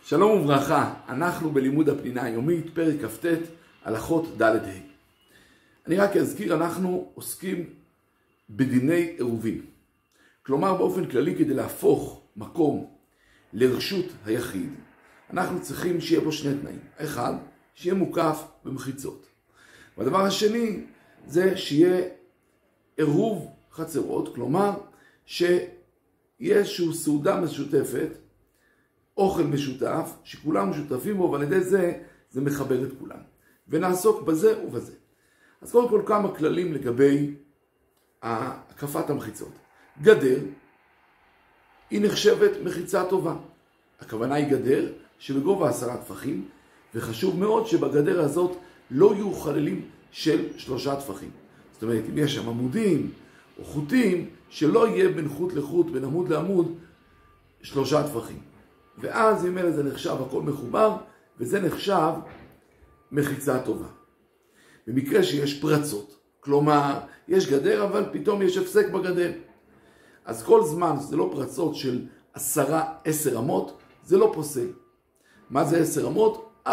שלום וברכה, אנחנו בלימוד הפנינה היומית, פרק כ"ט, הלכות ד' ה'. אני רק אזכיר, אנחנו עוסקים בדיני עירובין. כלומר, באופן כללי, כדי להפוך מקום לרשות היחיד, אנחנו צריכים שיהיה בו שני תנאים. אחד, שיהיה מוקף במחיצות. והדבר השני, זה שיהיה עירוב חצרות, כלומר, שיהיה איזושהי סעודה משותפת, אוכל משותף, שכולם משותפים בו, ועל ידי זה מחבר את כולם. ונעסוק בזה ובזה. אז קודם כל כמה כללים לגבי הקפת המחיצות. גדר היא נחשבת מחיצה טובה. הכוונה היא גדר שבגובה 10 טפחים, וחשוב מאוד שבגדר הזאת לא יהיו חללים של 3 טפחים. זאת אומרת, אם יש שם עמודים או חוטים, שלא יהיה בין חוט לחוט, בין עמוד לעמוד, 3 טפחים. ואז אם אלה זה נחשב הכל מחובר, וזה נחשב מחיצה טובה. במקרה שיש פרצות, כלומר יש גדר אבל פתאום יש הפסק בגדר. אז כל זמן שזה לא פרצות של 10 אמות, זה לא פוסל. מה זה 10 אמות? 4.56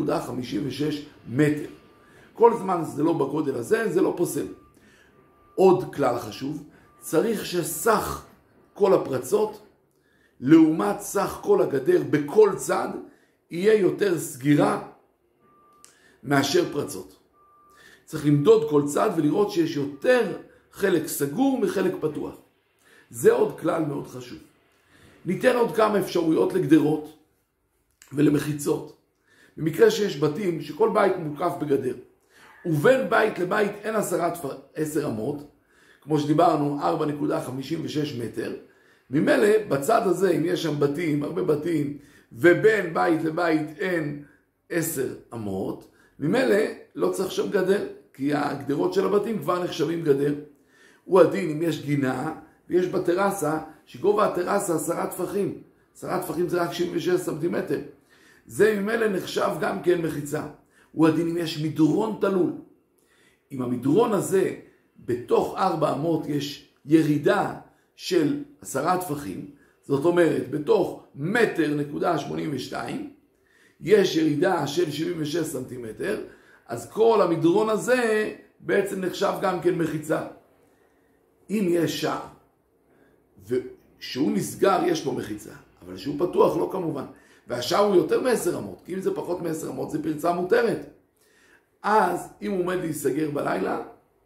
מטר. כל זמן שזה לא בגודל הזה, זה לא פוסל. עוד כלל חשוב, צריך שסך כל הפרצות, לעומת סך כל הגדר בכל צד, יהיה יותר סגירה מאשר פרצות. צריך למדוד כל צד ולראות שיש יותר חלק סגור מחלק פתוח. זה עוד כלל מאוד חשוב. ניתן עוד כמה אפשרויות לגדרות ולמחיצות. במקרה שיש בתים שכל בית מוקף בגדר, ובין בית לבית אין 10 אמות, כמו שדיברנו 4.56 מטר, ממילא בצד הזה, אם יש שם בתים, הרבה בתים, ובין בית לבית אין 10 אמות, ממילא לא צריך שם גדר, כי הגדרות של הבתים כבר נחשבים גדר. הוא הדין אם יש גינה, ויש בטרסה, שגובה הטרסה 10 טפחים. 10 טפחים זה רק 76 סנטימטר. זה ממילא נחשב גם כן מחיצה. הוא הדין אם יש מדרון תלול. אם המדרון הזה, בתוך 4 אמות יש ירידה של 10 טפחים, זאת אומרת, בתוך 1.82 מטר, יש ירידה של 76 סנטימטר, אז כל המדרון הזה בעצם נחשב גם כן מחיצה. אם יש שער, ושהוא נסגר, יש בו מחיצה, אבל שהוא פתוח, לא כמובן. והשער הוא יותר מ10 אמות, כי אם זה פחות מ10 אמות, זה פרצה מותרת. אז אם הוא עומד להיסגר בלילה,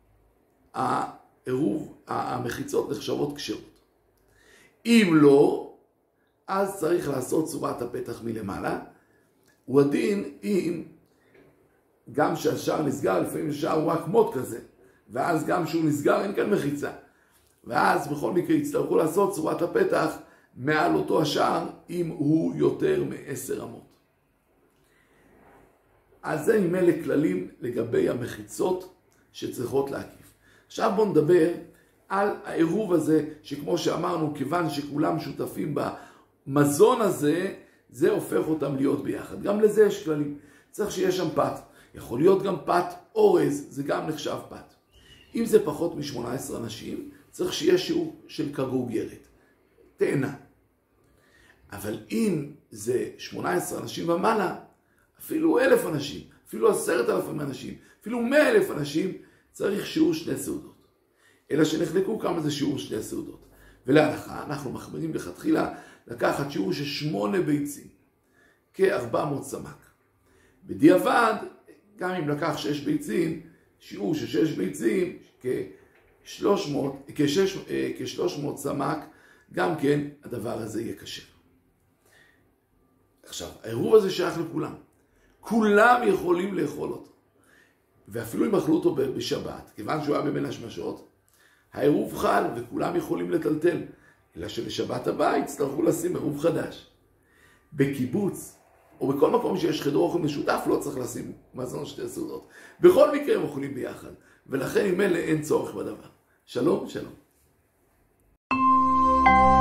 המחיצות נחשבות כשרות. אם לא, אז צריך לעשות צורת הפתח מלמעלה. הוא הדין אם גם שהשער נסגר, לפעמים השער הוא רק מוט כזה, ואז גם שהוא נסגר אין כאן מחיצה. ואז בכל מקרה יצטרכו לעשות צורת הפתח מעל אותו השער אם הוא יותר מ10 אמות. אז זה ממילא כללים לגבי המחיצות שצריכות להקיף. עכשיו בואו נדבר על העירוב הזה, שכמו שאמרנו, כיוון שכולם שותפים במזון הזה, זה הופך אותם להיות ביחד. גם לזה יש כללים. צריך שיש שם פת. יכול להיות גם פת אורז, זה גם נחשב פת. אם זה פחות מ18 אנשים, צריך שיהיה שיעור של כגוגרת. תאנה. אבל אם זה 18 אנשים ומעלה, אפילו 1,000 אנשים, אפילו 10,000 אנשים, אפילו 100,000 אנשים, צריך שיעור 2 סעודות. אלא שנחלקו כמה זה שיעור 2 סעודות. ולהלכה אנחנו מחמירים לכתחילה לקחת שיעור של 8 ביצים, כ400 סמ"ק. בדיעבד, גם אם לקח 6 ביצים, שיעור של 6 ביצים, כ300 סמ"ק, גם כן הדבר הזה יהיה כשר. עכשיו, העירוב הזה שייך לכולם. כולם יכולים לאכול אותו. ואפילו אם אכלו אותו בשבת, כיוון שהוא היה בבין השמשות, העירוב חל וכולם יכולים לטלטל. אלא שבשבת הבא יצטרכו לשים עירוב חדש. בקיבוץ, או בכל מקום שיש חדר אוכל משותף, לא צריך לשים מזון 2 סעודות. בכל מקרה הם אוכלים ביחד. ולכן עם אלה אין צורך בדבר. שלום, שלום.